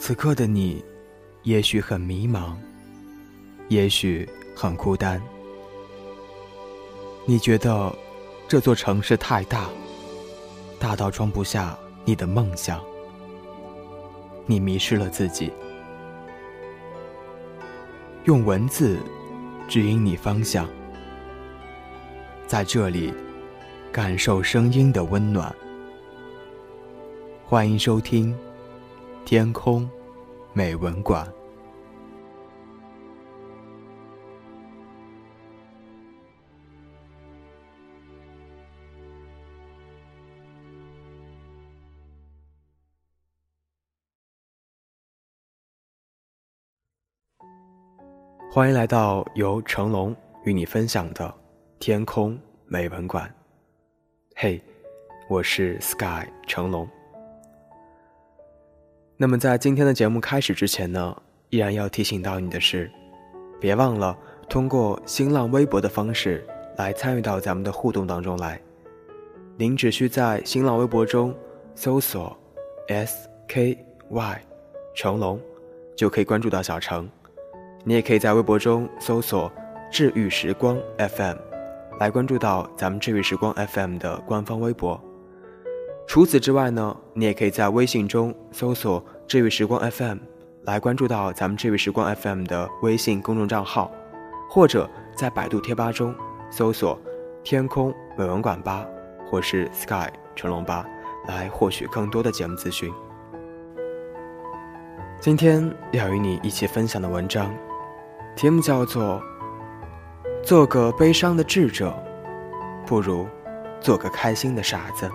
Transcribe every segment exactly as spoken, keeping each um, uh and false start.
此刻的你也许很迷茫，也许很孤单，你觉得这座城市太大，大到装不下你的梦想，你迷失了自己，用文字指引你方向，在这里感受声音的温暖。欢迎收听天空美文馆。欢迎来到由成龙与你分享的天空美文馆。嘿，我是 Sky 成龙。那么在今天的节目开始之前呢，依然要提醒到你的是，别忘了通过新浪微博的方式来参与到咱们的互动当中来。您只需在新浪微博中搜索 S K Y 成龙，就可以关注到小程。你也可以在微博中搜索治愈时光 F M 来关注到咱们治愈时光 F M 的官方微博。除此之外呢，你也可以在微信中搜索治愈时光 F M 来关注到咱们治愈时光 F M 的微信公众账号，或者在百度贴吧中搜索天空美文馆吧或是 Sky 成龙吧来获取更多的节目资讯。今天要与你一起分享的文章题目叫做做个悲伤的智者，不如做个开心的傻子。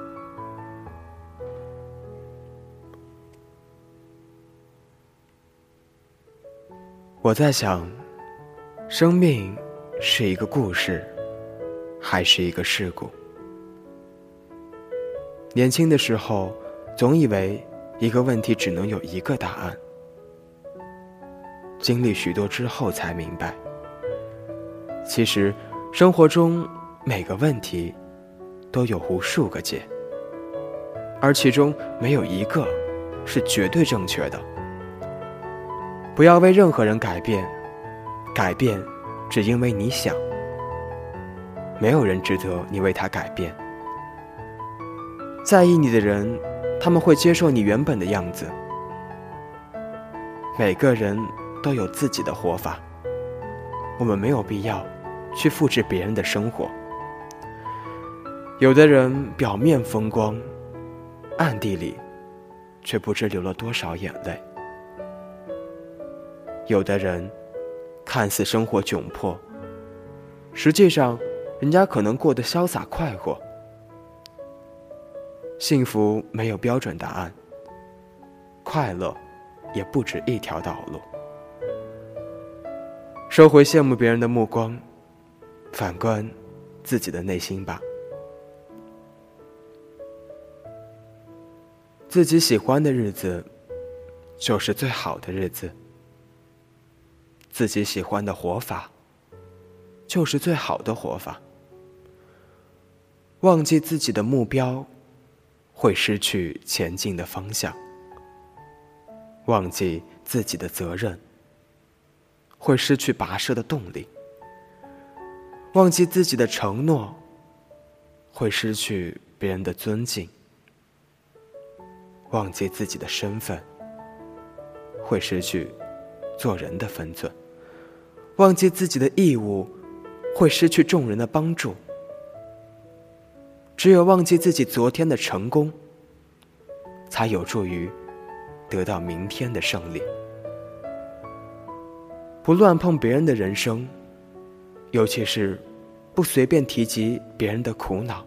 我在想，生命是一个故事，还是一个事故？年轻的时候，总以为一个问题只能有一个答案。经历许多之后才明白，其实生活中每个问题都有无数个解，而其中没有一个是绝对正确的。不要为任何人改变，改变只因为你想，没有人值得你为他改变。在意你的人，他们会接受你原本的样子。每个人都有自己的活法，我们没有必要去复制别人的生活。有的人表面风光，暗地里却不知流了多少眼泪。有的人看似生活窘迫，实际上人家可能过得潇洒快活。幸福没有标准答案，快乐也不止一条道路。收回羡慕别人的目光，反观自己的内心吧。自己喜欢的日子就是最好的日子，自己喜欢的活法就是最好的活法。忘记自己的目标，会失去前进的方向；忘记自己的责任，会失去跋涉的动力；忘记自己的承诺，会失去别人的尊敬；忘记自己的身份，会失去做人的分寸；忘记自己的义务，会失去众人的帮助。只有忘记自己昨天的成功，才有助于得到明天的胜利。不乱碰别人的人生，尤其是不随便提及别人的苦恼。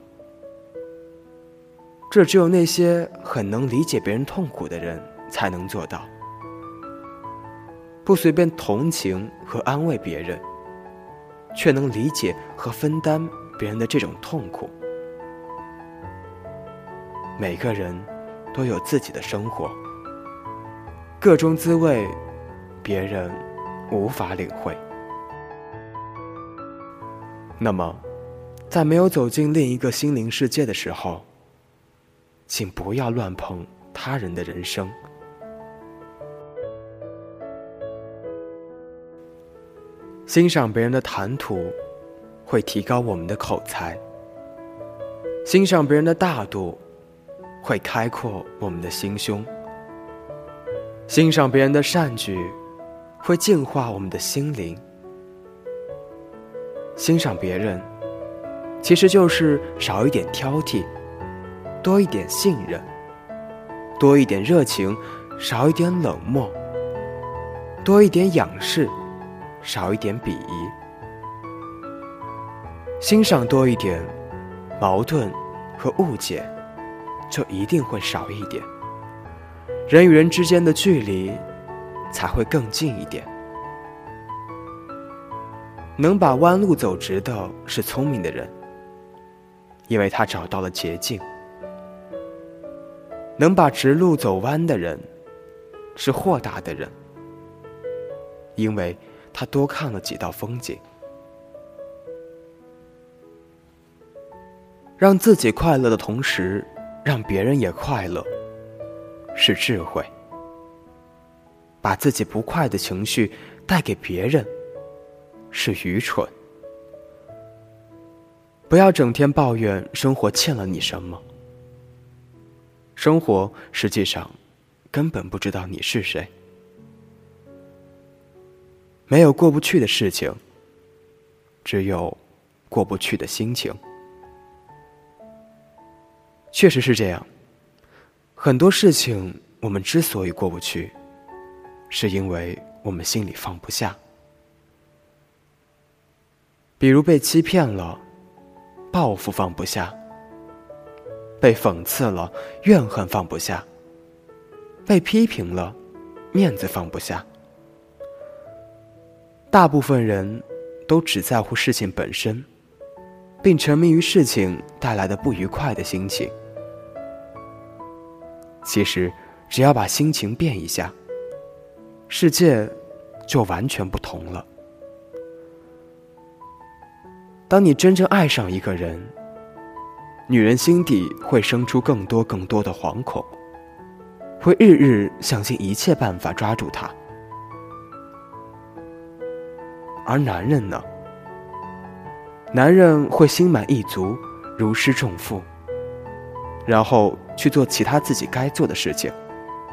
这只有那些很能理解别人痛苦的人才能做到。不随便同情和安慰别人，却能理解和分担别人的这种痛苦。每个人都有自己的生活，各种滋味别人无法领会。那么在没有走进另一个心灵世界的时候，请不要乱碰他人的人生， 欣赏别人的谈吐，会提高我们的口才；欣赏别人的大度，会开阔我们的心胸；欣赏别人的善举，会净化我们的心灵。欣赏别人，其实就是少一点挑剔，多一点信任，多一点热情，少一点冷漠，多一点仰视，少一点鄙夷。欣赏多一点，矛盾和误解就一定会少一点，人与人之间的距离才会更近一点。能把弯路走直的是聪明的人，因为他找到了捷径；能把直路走弯的人是豁达的人，因为他多看了几道风景。让自己快乐的同时，让别人也快乐，是智慧；把自己不快的情绪带给别人，是愚蠢。不要整天抱怨生活欠了你什么，生活实际上根本不知道你是谁。没有过不去的事情，只有过不去的心情。确实是这样，很多事情我们之所以过不去，是因为我们心里放不下。比如被欺骗了，报复放不下；被讽刺了，怨恨放不下；被批评了，面子放不下。大部分人都只在乎事情本身，并沉迷于事情带来的不愉快的心情。其实只要把心情变一下，世界就完全不同了。当你真正爱上一个人，女人心底会生出更多更多的惶恐，会日日想尽一切办法抓住他。而男人呢？男人会心满意足，如释重负，然后去做其他自己该做的事情。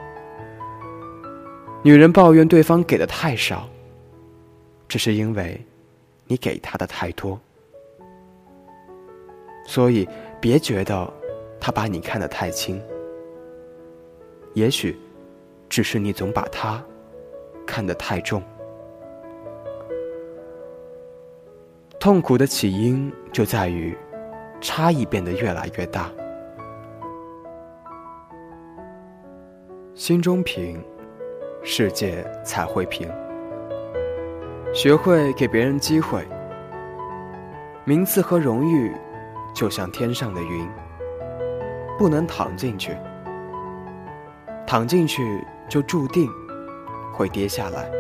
女人抱怨对方给的太少，只是因为你给她的太多。所以别觉得他把你看得太轻，也许只是你总把他看得太重。痛苦的起因就在于差异变得越来越大。心中平，世界才会平。学会给别人机会，名次和荣誉就像天上的云，不能躺进去，躺进去就注定会跌下来。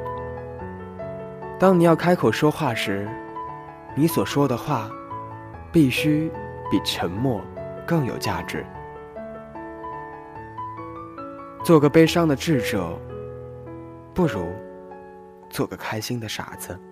当你要开口说话时，你所说的话必须比沉默更有价值。做个悲伤的智者，不如做个开心的傻子。